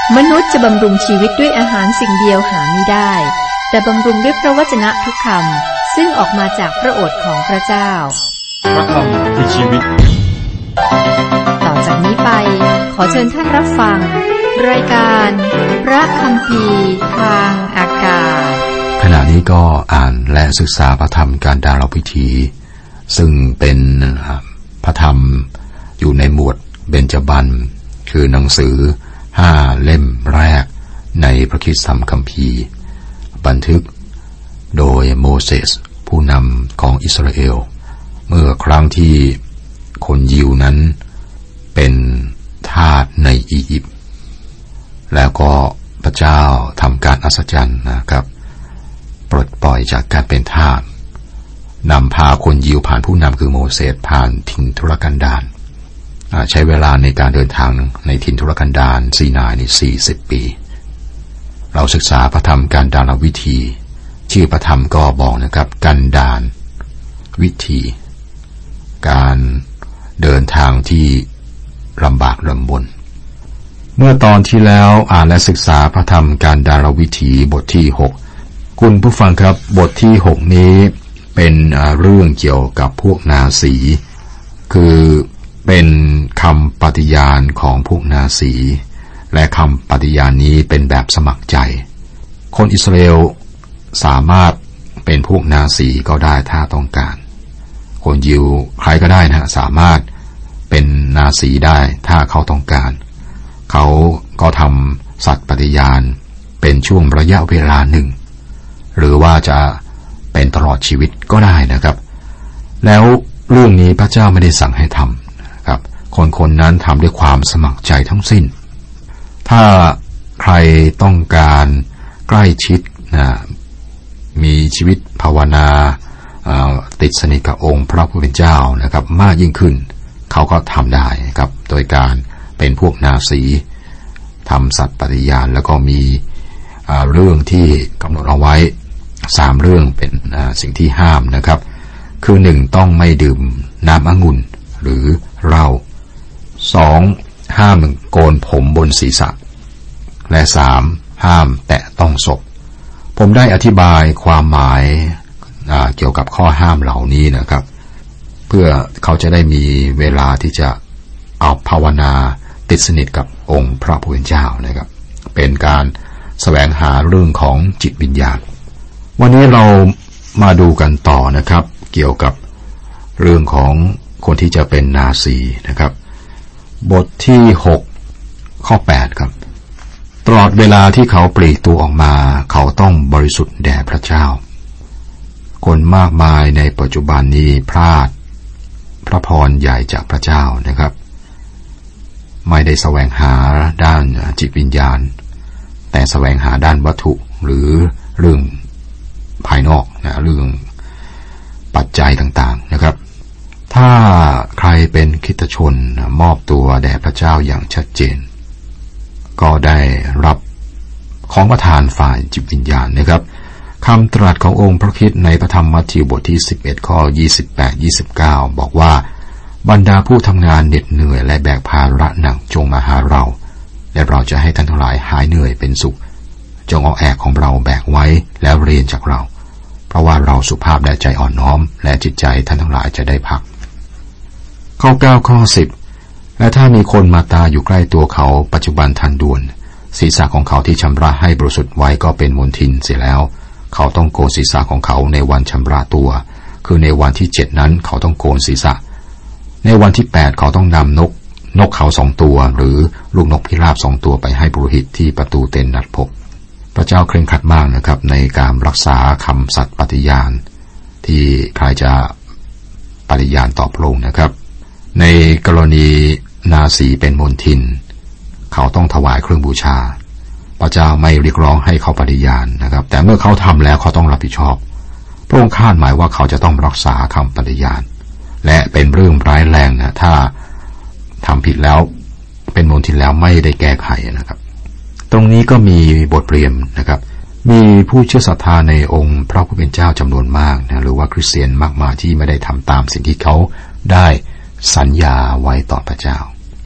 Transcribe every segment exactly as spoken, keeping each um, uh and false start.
มนุษย์จะบำรุงชีวิตด้วยอาหารสิ่งเดียวหาไม่ได้แต่บำรุงด้วยพระวจนะทุกคำซึ่งออกมาจากพระโอษฐ์ของพระเจ้าพระคำคือชีวิตต่อจากนี้ไปขอเชิญท่านรับฟังรายการพระคัมภีร์ทางอากาศขณะนี้ก็อ่านและศึกษาพระธรรมการดาราพิธีซึ่งเป็นพระธรรมอยู่ในหมวดเบญจบรรณคือหนังสือห้าเล่มแรกในพระคริสตธรรมคัมภีร์บันทึกโดยโมเสสผู้นำของอิสราเอลเมื่อครั้งที่คนยิวนั้นเป็นทาสในอียิปต์แล้วก็พระเจ้าทำการอัศจรรย์นะครับปลดปล่อยจากการเป็นทาสนำพาคนยิวผ่านผู้นำคือโมเสสผ่านถิ่นทุรกันดารใช้เวลาในการเดินทางในถิ่นทุรกันดารซีนายในสี่สิบปีเราศึกษาพระธรรมกันดารวิธีชื่อพระธรรมก็บอกนะครับกันดารวิธีการเดินทางที่ลำบากลำบนเมื่อตอนที่แล้วอ่านและศึกษาพระธรรมการดารวิธีบทที่หกคุณผู้ฟังครับบทที่หกนี้เป็นเรื่องเกี่ยวกับพวกนาสีคือเป็นคำปฏิญาณของพวกนาสีและคำปฏิญาณนี้เป็นแบบสมัครใจคนอิสราเอลสามารถเป็นพวกนาสีก็ได้ถ้าต้องการคนยิวใครก็ได้นะสามารถเป็นนาสีได้ถ้าเขาต้องการเขาก็ทำสัตย์ปฏิญาณเป็นช่วงระยะเวลาหนึ่งหรือว่าจะเป็นตลอดชีวิตก็ได้นะครับแล้วเรื่องนี้พระเจ้าไม่ได้สั่งให้ทำครับคนคนนั้นทำด้วยความสมัครใจทั้งสิ้นถ้าใครต้องการใกล้ชิดนะมีชีวิตภาวนาติดสนิทกับองค์พระผู้เป็นเจ้านะครับมากยิ่งขึ้นเขาก็ทำได้ครับโดยการเป็นพวกนาสีทำสัตย์ปฏิญาณแล้วก็มีเรื่องที่กำหนดเอาไว้สามเรื่องเป็นสิ่งที่ห้ามนะครับคือหนึ่งต้องไม่ดื่มน้ำองุ่นหรือเหล้าสองห้ามโกนผมบนศีรษะและสามห้ามแตะต้องศพผมได้อธิบายความหมายเกี่ยวกับข้อห้ามเหล่านี้นะครับเพื่อเขาจะได้มีเวลาที่จะเอาภาวนาติดสนิทกับองค์พระผู้เป็นเจ้านะครับเป็นการแสวงหาเรื่องของจิตวิญญาณวันนี้เรามาดูกันต่อนะครับเกี่ยวกับเรื่องของคนที่จะเป็นนาสีนะครับบทที่หกข้อแปดครับตลอดเวลาที่เขาปลีกตัวออกมาเขาต้องบริสุทธิ์แด่พระเจ้าคนมากมายในปัจจุบันนี้พลาดพระพรใหญ่จากพระเจ้านะครับไม่ได้แสวงหาด้านจิตวิญญาณแต่แสวงหาด้านวัตถุหรือเรื่องภายนอกนะเรื่องปัจจัยต่างๆนะครับถ้าใครเป็นคริสตชนมอบตัวแด่พระเจ้าอย่างชัดเจนก็ได้รับของประทานฝ่ายจิตวิญญาณนะครับคำตรัสขององค์พระคริสต์ในพระธรรมมัทธิวบทที่สิบเอ็ดข้อยี่สิบแปด ยี่สิบเก้าบอกว่าบรรดาผู้ทำงานเหน็ดเหนื่อยและแบกภาระหนักจงมาหาเราและเราจะให้ท่านทั้งหลายหายเหนื่อยเป็นสุขจงเอาแอกของเราแบกไว้แล้วเรียนจากเราเพราะว่าเราสุภาพและใจอ่อนน้อมและจิตใจท่านทั้งหลายจะได้พักข้อเก้าข้อสิบและถ้ามีคนมาตายอยู่ใกล้ตัวเขาปัจจุบันทันด่วนศีรษะของเขาที่ชำระให้บริสุทธิ์ไว้ก็เป็นมลทินเสียแล้วเขาต้องโกนศีรษะของเขาในวันชำระตัวคือในวันที่เจ็ดนั้นเขาต้องโกนศีรษะในวันที่แปดเขาต้องนำนกนกเขาสองตัวหรือลูกนกพิราบสองตัวไปให้ปุโรหิตที่ประตูเต็นท์นัดพบพระเจ้าเคร่งครัดมากนะครับในการรักษาคำสัตย์ปฏิญาณที่ใครจะปฏิญาณต่อพระองค์นะครับในกรณีนาสีเป็นมลทินเขาต้องถวายเครื่องบูชาพระเจ้าไม่เรียกร้องให้เขาปฏิญาณนะครับแต่เมื่อเขาทำแล้วเขาต้องรับผิดชอบพระองค์คาดหมายว่าเขาจะต้องรักษาคำปฏิญาณและเป็นเรื่องร้ายแรงนะถ้าทำผิดแล้วเป็นมลทินแล้วไม่ได้แก้ไขนะครับตรงนี้ก็มีบทเรียนนะครับมีผู้เชื่อศรัทธาในองค์พระผู้เป็นเจ้าจำนวนมากนะหรือว่าคริสเตียนมากมายที่ไม่ได้ทำตามสิ่งที่เขาได้สัญญาไว้ต่อพระเจ้า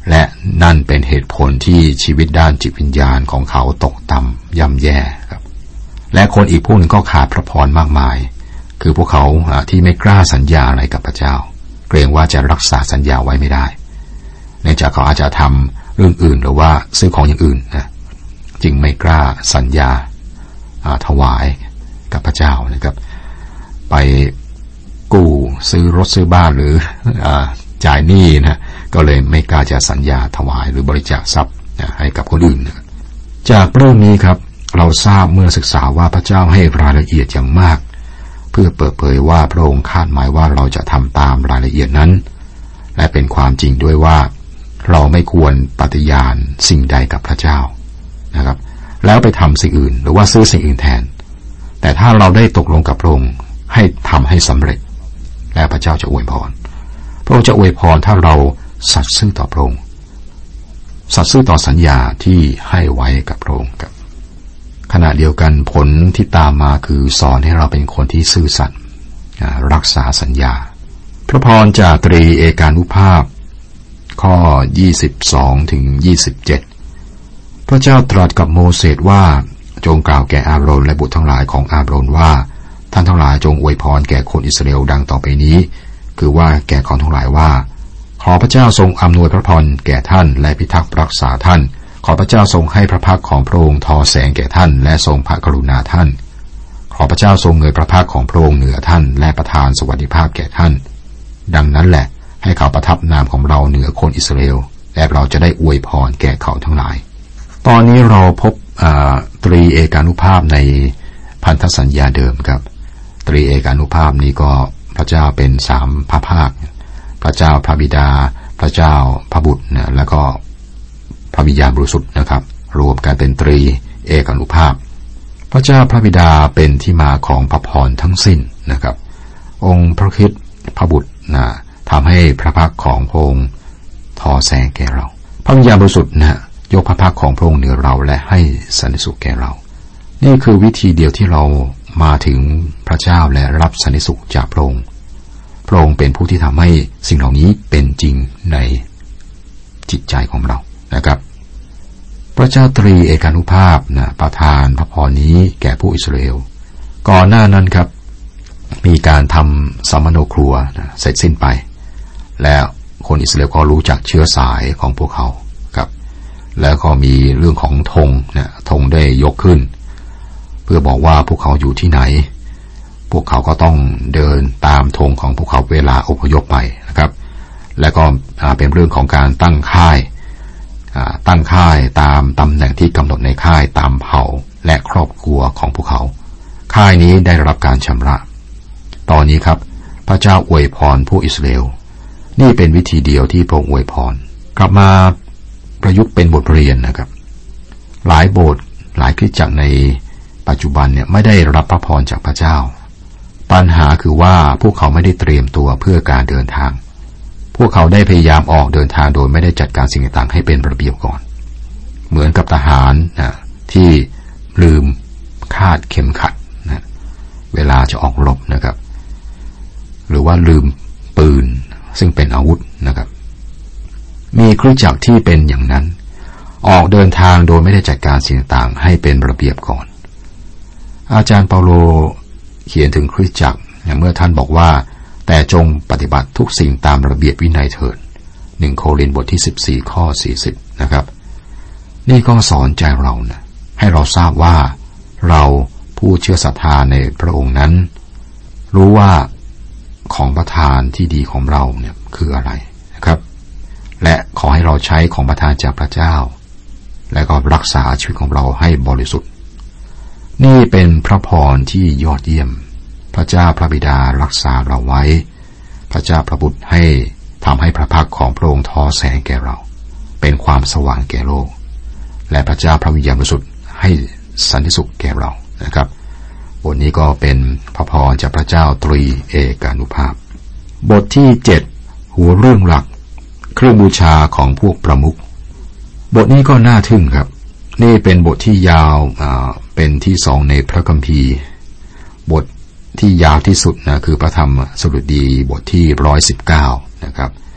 และนั่นเป็นเหตุผลที่ชีวิตด้านจิตวิญญาณของเขาตกต่ำย่ำแย่ครับและคนอีกพวกหนึ่งก็ขาดพระพรมากมายคือพวกเขาที่ไม่กล้าสัญญาอะไรกับพระเจ้าเกรงว่าจะรักษาสัญญาไว้ไม่ได้เนื่องจากเขาอาจจะทำเรื่องอื่นหรือว่าซื้อของอย่างอื่นนะจึงไม่กล้าสัญญาถวายกับพระเจ้านะครับไปกู้ซื้อรถซื้อบ้านหรือจ่ายหนี้นะก็เลยไม่กล้าจะสัญญาถวายหรือบริจาคทรัพย์ให้กับคนอื่นนะจากเรื่องนี้ครับเราทราบเมื่อศึกษาว่าพระเจ้าให้รายละเอียดอย่างมากเพื่อเปิดเผยว่าพระองค์คาดหมายว่าเราจะทำตามรายละเอียดนั้นและเป็นความจริงด้วยว่าเราไม่ควรปฏิญาณสิ่งใดกับพระเจ้านะครับแล้วไปทำสิ่งอื่นหรือว่าซื้อสิ่งอื่นแทนแต่ถ้าเราได้ตกลงกับพระองค์ให้ทำให้สำเร็จและพระเจ้าจะอวยพรพระองค์จะอวยพรถ้าเราสัตย์ซื่อต่อพระองค์สัตย์ซื่อต่อสัญญาที่ให้ไว้กับพระองค์ครับขณะเดียวกันผลที่ตามมาคือสอนให้เราเป็นคนที่ซื่อสัตย์รักษาสัญญาพระพรจากตรีเอกานุภาพข้อยี่สิบสองถึงยี่สิบเจ็ดพระเจ้าตรัสกับโมเสสว่าจงกล่าวแก่อาโรนและบุตรทั้งหลายของอาโรนว่าท่านทั้งหลายจงอวยพรแก่คนอิสราเอลดังต่อไปนี้คือว่าแก่คนทั้งหลายว่าขอพระเจ้าทรงอำนวยพระพรแก่ท่านและพิทักษ์รักษาท่านขอพระเจ้าทรงให้พระพักของพระองค์ทอแสงแก่ท่านและทรงพระกรุณาท่านขอพระเจ้าทรงเงยพระพักของพระองค์เหนือท่านและประทานสวัสดิภาพแก่ท่านดังนั้นแหละให้เขาประทับนามของเราเหนือคนอิสราเอลและเราจะได้อวยพรแก่เขาทั้งหลายตอนนี้เราพบตรีเอกานุภาพในพันธสัญญาเดิมครับตรีเอกานุภาพนี้ก็พระเจ้าเป็นสามพระภาคพระเจ้าพระบิดาพระเจ้าพระบุตรนะแล้วก็พระวิญญาณบริสุทธิ์นะครับรวมกันเป็นตรีเอกานุภาพพระเจ้าพระบิดาเป็นที่มาของพระพรทั้งสิ้นนะครับองค์พระคริสต์พระบุตรนะทำให้พระพักของพระองค์ทอแสงแก่เราพระวิญญาณบริสุทธิ์นะยกพระพักของพระองค์เหนือเราและให้สันติสุขแก่เรานี่คือวิธีเดียวที่เรามาถึงพระเจ้าและรับสันติสุขจากพระองค์พระองค์เป็นผู้ที่ทำให้สิ่งเหล่านี้เป็นจริงในจิตใจของเรานะครับพระเจ้าตรีเอกานุภาพนะประทานพระพรนี้แก่ผู้อิสราเอลก่อนหน้านั้นครับมีการทำสมโนครัวนะเสร็จสิ้นไปแล้วคนอิสราเอลก็รู้จักเชื้อสายของพวกเขาครับแล้วก็มีเรื่องของธงนะธงได้ยกขึ้นเพื่อบอกว่าพวกเขาอยู่ที่ไหนพวกเขาก็ต้องเดินตามธงของพวกเขาเวลาอพยพไปนะครับและก็เป็นเรื่องของการตั้งค่ายตั้งค่ายตามตำแหน่งที่กำหนดในค่ายตามเผ่าและครอบครัวของพวกเขาค่ายนี้ได้รับการชำระตอนนี้ครับพระเจ้าอวยพรผู้อิสราเอลนี่เป็นวิธีเดียวที่พระองค์อวยพรกลับมาประยุกต์เป็นบทเรียนนะครับหลายโบสถ์หลายคริสตจักรในปัจจุบันเนี่ยไม่ได้รับพระพรจากพระเจ้าปัญหาคือว่าพวกเขาไม่ได้เตรียมตัวเพื่อการเดินทางพวกเขาได้พยายามออกเดินทางโดยไม่ได้จัดการสิ่งต่างๆให้เป็นระเบียบก่อนเหมือนกับทหารนะที่ลืมคาดเข็มขัดนะเวลาจะออกรบนะครับหรือว่าลืมปืนซึ่งเป็นอาวุธนะครับมีคริสตจักรที่เป็นอย่างนั้นออกเดินทางโดยไม่ได้จัดการสิ่งต่างๆให้เป็นระเบียบก่อนอาจารย์เปาโลเขียนถึงคริสตจักรเมื่อท่านบอกว่าแต่จงปฏิบัติทุกสิ่งตามระเบียบวินัยเถิดหนึ่งโครินธ์บทที่สิบสี่ข้อสี่สิบนะครับนี่ก็สอนใจเรานะให้เราทราบว่าเราผู้เชื่อศรัทธาในพระองค์นั้นรู้ว่าของประทานที่ดีของเราเนี่ยคืออะไรนะครับและขอให้เราใช้ของประทานจากพระเจ้าและก็รักษาชีวิตของเราให้บริสุทธิ์นี่เป็นพระพรที่ยอดเยี่ยมพระเจ้าพระบิดารักษาเราไว้พระเจ้าพระบุตรให้ทำให้พระพักของพระองค์ทอแสงแก่เราเป็นความสว่างแก่โลกและพระเจ้าพระวิญญาณบริสุทธิ์ให้สันติสุขแก่เรานะครับบทนี้ก็เป็นพระพรจากพระเจ้าตรีเอกานุภาพบทที่เจ็ดหัวเรื่องหลักเครื่องบูชาของพวกประมุขบทนี้ก็น่าทึ่งครับนี่เป็นบทที่ยาวเป็นที่สองในพระคัมภีร์บทที่ยาวที่สุดนะคือพระธรรมสดุดีบทที่หนึ่งร้อยสิบเก้านะครับ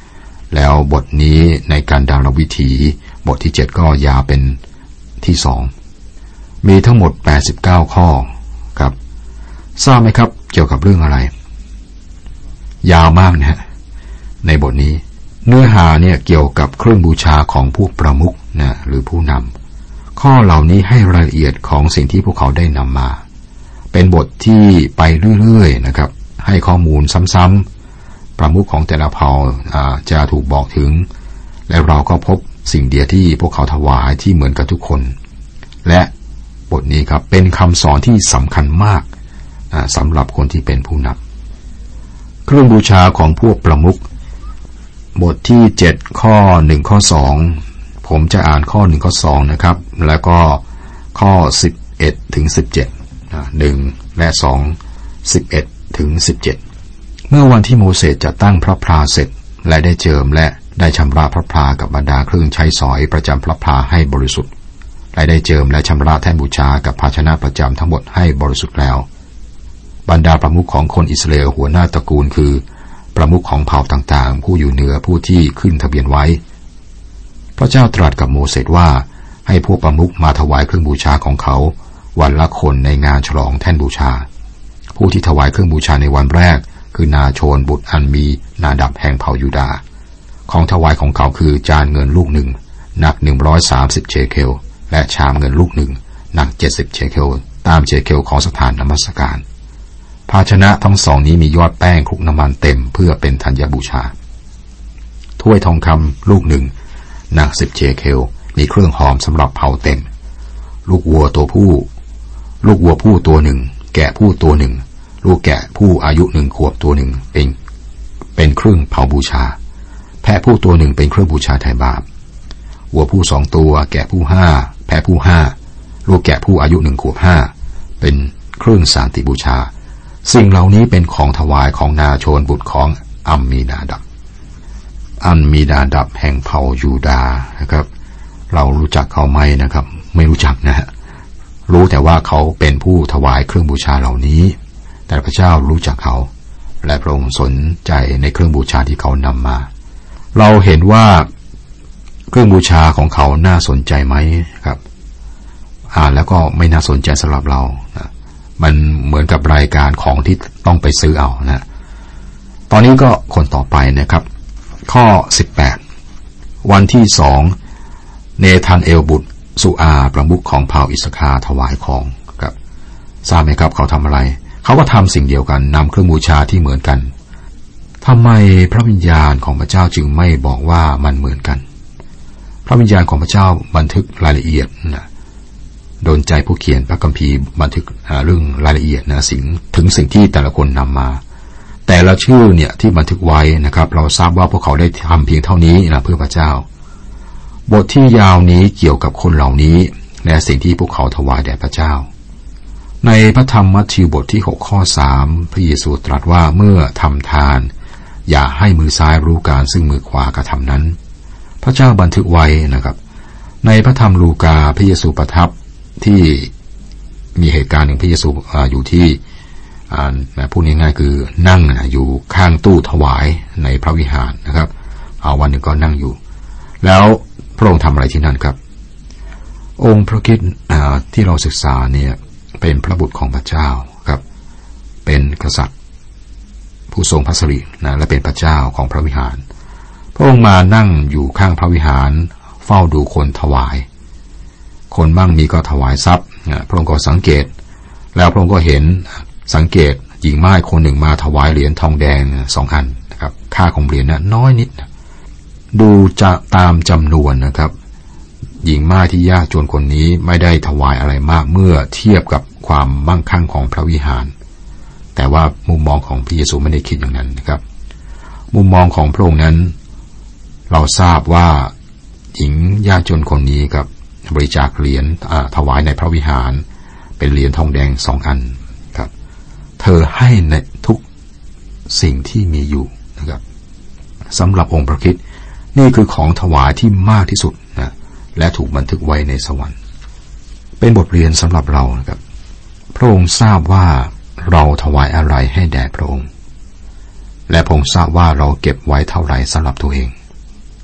แล้วบทนี้ในการดาลวิถีบทที่เจ็ดก็ยาวเป็นที่สองมีทั้งหมดแปดสิบเก้าข้อครับทราบไหมครับเกี่ยวกับเรื่องอะไรยาวมากนะฮะในบทนี้เนื้อหาเนี่ยเกี่ยวกับเครื่องบูชาของผู้ประมุขนะหรือผู้นำข้อเหล่านี้ให้รายละเอียดของสิ่งที่พวกเขาได้นำมาเป็นบทที่ไปเรื่อยๆนะครับให้ข้อมูลซ้ำๆประมุขของแต่ละเผ่าจะถูกบอกถึงและเราก็พบสิ่งเดียวที่พวกเขาถวายที่เหมือนกับทุกคนและบทนี้ครับเป็นคำสอนที่สำคัญมากสำหรับคนที่เป็นผู้นำเครื่องบูชาของพวกประมุขบทที่เจ็ดข้อหนึ่งข้อสองผมจะอ่านข้อหนึ่งข้อสองนะครับแล้วก็ข้อสิบเอ็ดถึงสิบเจ็ดหนึ่งและสองสิบเอ็ดถึงสิบเจ็ดเมื่อวันที่โมเสสจะตั้งพระพลาเสร็จและได้เจิมและได้ชำระพระพลากับบรรดาเครื่องใช้สอยประจำพระพลาให้บริสุทธิ์และได้เจิมและชำระแท่นบูชากับภาชนะประจำทั้งหมดให้บริสุทธิ์แล้วบรรดาประมุขของคนอิสราเอลหัวหน้าตระกูลคือประมุขของเผ่าต่างๆผู้อยู่เหนือผู้ที่ขึ้นทะเบียนไว้พระเจ้าตรัสกับโมเสสว่าให้พวกประมุขมาถวายเครื่องบูชาของเขาวันละคนในงานฉลองแท่นบูชาผู้ที่ถวายเครื่องบูชาในวันแรกคือนาโชนบุตรอันมีนาดับแห่งเผ่ายูดาห์ของถวายของเขาคือจานเงินลูกหนึ่งหนักหนึ่งร้อยสามสิบเชเคลและชามเงินลูกหนึ่งหนักเจ็ดสิบเชเคลตามเชเคลของสถานนมัสการภาชนะทั้งสองนี้มียอดแป้งคลุกน้ำมันเต็มเพื่อเป็นธัญบูชาถ้วยทองคำลูกหนึ่งหนักสิบเชเคลมีเครื่องหอมสำหรับเผาเต็มลูกวัวตัวผู้ลูกวัวผู้ตัวหนึ่งแกะผู้ตัวหนึ่งลูกแกะผู้อายุหนึ่งขวบตัวหนึ่งเป็นเป็นเครื่องเผาบูชาแพะผู้ตัวหนึ่งเป็นเครื่องบูชาไถ่บาปวัวผู้สองตัวแกะผู้ห้าแพะผู้ห้าลูกแกะผู้อายุหนึ่งขวบห้าเป็นเครื่องสันติบูชาสิ่งเหล่านี้เป็นของถวายของนาโชนบุตรของอัมมีนาดับอัมมีนาดับแห่งเผ่ายูดาห์นะครับเรารู้จักเขาไหมนะครับไม่รู้จักนะฮะรู้แต่ว่าเขาเป็นผู้ถวายเครื่องบูชาเหล่านี้แต่พระเจ้ารู้จักเขาและพระองค์สนใจในเครื่องบูชาที่เขานำมาเราเห็นว่าเครื่องบูชาของเขาน่าสนใจไหมครับอ่านแล้วก็ไม่น่าสนใจสำหรับเรานะมันเหมือนกับรายการของที่ต้องไปซื้อเอานะตอนนี้ก็คนต่อไปนะครับข้อสิบแปดวันที่สองเนธันเอลบุตรสุอาประมุขของเผ่าอิสคาถวายของครับทราบไหมครับเขาทำอะไรเขาก็ทำสิ่งเดียวกันนำเครื่องบูชาที่เหมือนกันทำไมพระวิญญาณของพระเจ้าจึงไม่บอกว่ามันเหมือนกันพระวิญญาณของพระเจ้าบันทึกรายละเอียดนะโดนใจผู้เขียนพระคัมภีร์บันทึกเรื่องรายละเอียดนะสิ่งถึงสิ่งที่แต่ละคนนำมาแต่ละชื่อเนี่ยที่บันทึกไว้นะครับเราทราบว่าพวกเขาได้ทำเพียงเท่านี้นะเพื่อพระเจ้าบทที่ยาวนี้เกี่ยวกับคนเหล่านี้และสิ่งที่พวกเขาถวายแด่พระเจ้าในพระธรรมมัทธิวบทที่หกข้อสามพระเยซูตรัสว่าเมื่อทำทานอย่าให้มือซ้ายรู้การซึ่งมือขวากระทำนั้นพระเจ้าบันทึกไว้นะครับในพระธรรมลูกาพระเยซูประทับที่มีเหตุการณ์หนึ่งพระเยซู อ, อยู่ที่พูดง่ายๆคือนั่งนะอยู่ข้างตู้ถวายในพระวิหารนะครับเอาวันหนึ่งก็นั่งอยู่แล้วพระองค์ทำอะไรที่นั่นครับองค์พระคริสต์ที่เราศึกษาเนี่ยเป็นพระบุตรของพระเจ้าครับเป็นกษัตริย์ผู้ทรงพระสิรินะและเป็นพระเจ้าของพระวิหารพระองค์มานั่งอยู่ข้างพระวิหารเฝ้าดูคนถวายคนบ้างมีก็ถวายทรัพย์พระองค์ก็สังเกตแล้วพระองค์ก็เห็นสังเกตหญิงม่ายคนหนึ่งมาถวายเหรียญทองแดงสองอันนะครับค่าของเหรียญนะน้อยนิดดูจะตามจำนวนนะครับหญิงม่ายที่ยากจนคนนี้ไม่ได้ถวายอะไรมากเมื่อเทียบกับความมั่งคั่งของพระวิหารแต่ว่ามุมมองของพระเยซูไม่ได้คิดอย่างนั้นนะครับมุมมองของพระองค์นั้นเราทราบว่าหญิงยากจนคนนี้กับบริจาคเหรียญถวายในพระวิหารเป็นเหรียญทองแดงสองอันครับเธอให้ในทุกสิ่งที่มีอยู่นะครับสำหรับองค์พระคริสต์นี่คือของถวายที่มากที่สุดนะและถูกบันทึกไว้ในสวรรค์เป็นบทเรียนสำหรับเรานะครับพระองค์ทราบว่าเราถวายอะไรให้แด่พระองค์และพระองค์ทราบว่าเราเก็บไว้เท่าไหร่สำหรับตัวเอง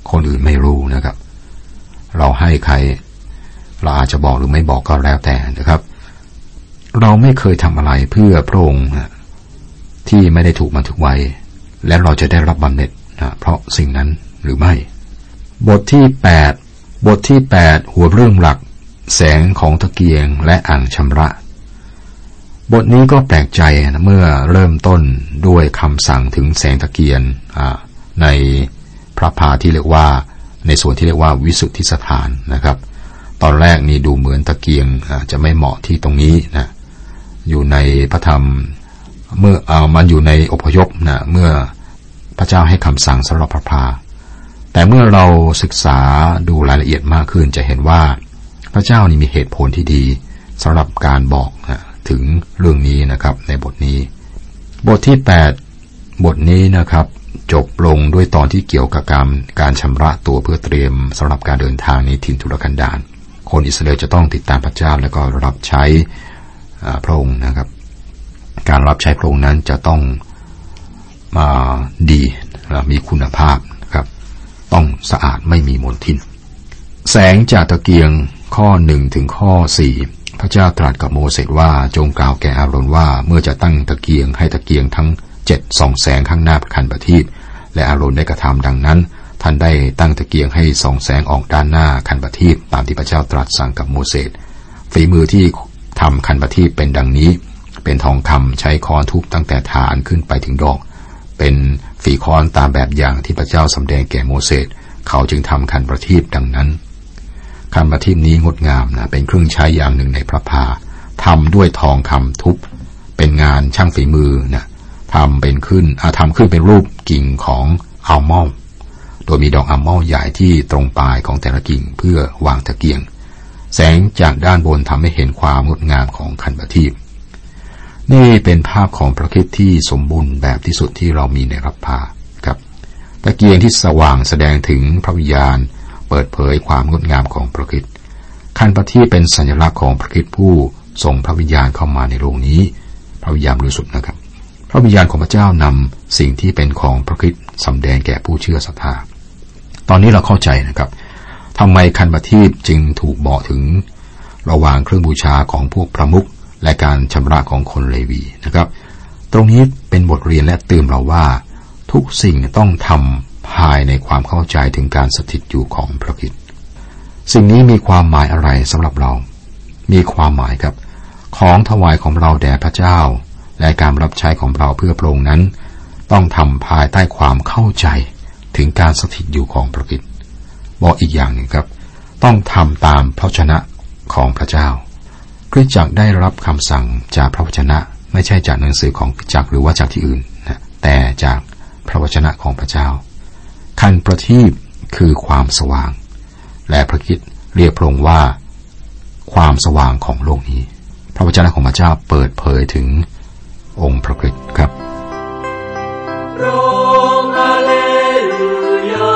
คนอื่นไม่รู้นะครับเราให้ใครเราอาจจะบอกหรือไม่บอกก็แล้วแต่นะครับเราไม่เคยทำอะไรเพื่อพระองค์ที่ไม่ได้ถูกบันทึกไว้และเราจะได้รับบำเหน็จนะเพราะสิ่งนั้นหรือไม่บทที่แปดบทที่แปดหัวเรื่องหลักแสงของตะเกียงและอ่างชำระบทนี้ก็แปลกใจนะเมื่อเริ่มต้นด้วยคำสั่งถึงแสงตะเกียงในพระพาที่เรียกว่าในส่วนที่เรียกว่าวิสุทธิสถานนะครับตอนแรกนี่ดูเหมือนตะเกียงจะไม่เหมาะที่ตรงนี้นะอยู่ในพระธรรมเมื่อเอามันอยู่ในอพยพนะเมื่อพระเจ้าให้คำสั่งสำหรับพระพาแต่เมื่อเราศึกษาดูรายละเอียดมากขึ้นจะเห็นว่าพระเจ้านี่มีเหตุผลที่ดีสำหรับการบอกนะถึงเรื่องนี้นะครับในบทนี้บทที่แปดบทนี้นะครับจบลงด้วยตอนที่เกี่ยวกับการการชำระตัวเพื่อเตรียมสำหรับการเดินทางในถิ่นทุรกันดารคนอิสราเอลจะต้องติดตามพระเจ้าแล้วก็รับใช้พระองค์นะครับการรับใช้พระองค์นั้นจะต้องมาดีมีคุณภาพนะครับต้องสะอาดไม่มีมลทินแสงจากตะเกียงข้อหนึ่งถึงข้อสี่พระเจ้าตรัสกับโมเสสว่าจงกล่าวแก่อาโรนว่าเมื่อจะตั้งตะเกียงให้ตะเกียงทั้งเจ็ดส่องแสงข้างหน้าคันประทีปและอาโรนได้กระทำดังนั้นท่านได้ตั้งตะเกียงให้ส่องแสงออกด้านหน้าคันประทีปตามที่พระเจ้าตรัสสั่งกับโมเสสฝีมือที่ทำคันประทีปเป็นดังนี้เป็นทองคำใช้ค้อนทุบตั้งแต่ฐานขึ้นไปถึงดอกเป็นฝีค้อนตามแบบอย่างที่พระเจ้าสำแดงแก่โมเสสเขาจึงทำคันประทีปดังนั้นคันประทีปนี้งดงามนะเป็นเครื่องใช้อย่างหนึ่งในพระพาทำด้วยทองคำทุบเป็นงานช่างฝีมือนะทำเป็นขึ้นอาทำขึ้นเป็นรูปกิ่งของอัลมอนด์โดยมีดอกอัลมอนด์ใหญ่ที่ตรงปลายของแต่ละกิ่งเพื่อวางตะเกียงแสงจากด้านบนทำให้เห็นความงดงามของคันประทีปนี่เป็นภาพของพระคริสต์ที่สมบูรณ์แบบที่สุดที่เรามีในพระพาครับตะเกียงที่สว่างแสดงถึงพระวิญญาณเปิดเผยความงดงามของพระคริสต์คันประทีปเป็นสัญลักษณ์ของพระคริสต์ผู้ส่งพระวิญญาณเข้ามาในโลกนี้พระวิญญาณบริสุทธิ์นะครับพระวิญญาณของพระเจ้านำสิ่งที่เป็นของพระคริสต์สำแดงแก่ผู้เชื่อศรัทธาตอนนี้เราเข้าใจนะครับทำไมคันประทีปจึงถูกบอกถึงระหว่างเครื่องบูชาของพวกพระมุขและการชำระของคนเลวีนะครับตรงนี้เป็นบทเรียนและเตือนเราว่าทุกสิ่งต้องทำภายในความเข้าใจถึงการสถิตอยู่ของพระคริสต์สิ่งนี้มีความหมายอะไรสำหรับเรามีความหมายครับของถวายของเราแด่พระเจ้าและการรับใช้ของเราเพื่อพระองค์นั้นต้องทำภายใต้ความเข้าใจถึงการสถิตอยู่ของพระคริสต์บอกอีกอย่างหนึ่งครับต้องทำตามพระวจนะของพระเจ้าคริสตจักรได้รับคำสั่งจากพระวจนะไม่ใช่จากหนังสือของคริสตจักรหรือว่าจากที่อื่นนะแต่จากพระวจนะของพระเจ้าคันประทีปคือความสว่างและพระคริสต์เรียกพระองค์ว่าความสว่างของโลกนี้พระวจนะของพระเจ้าเปิดเผยถึงองค์พระคริสต์ครับร้องฮาเลลูยา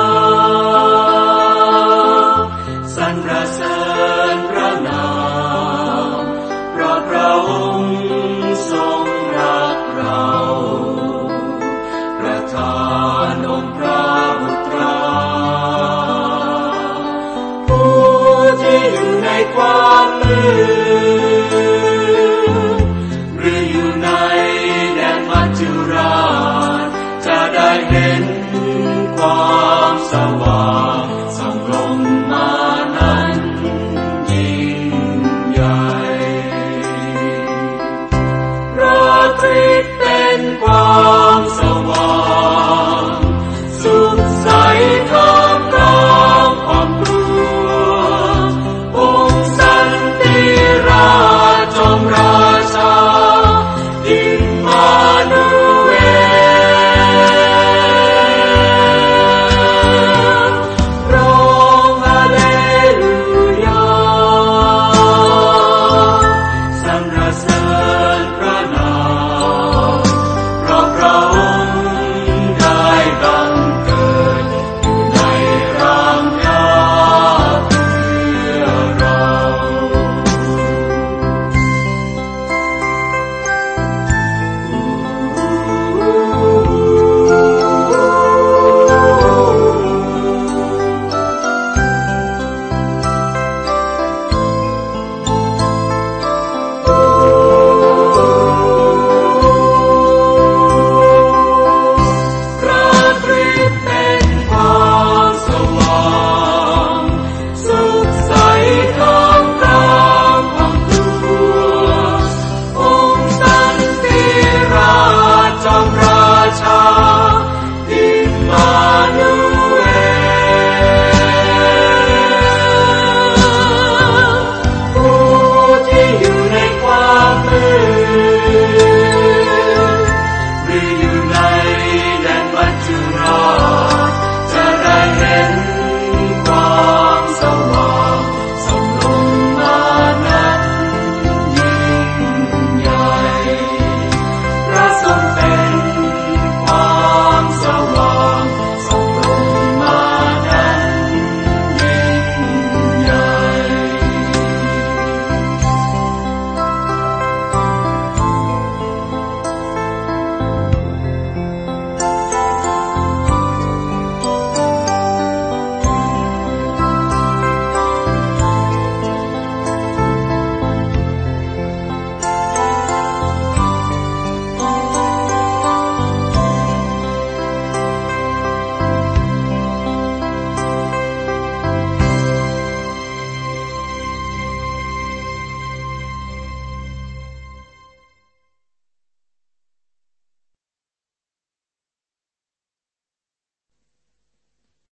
สรรเสริญพระนามเพราะพระองค์ทรงรักเราประทานองค์พระบุตรผู้ที่อยู่ในความมืด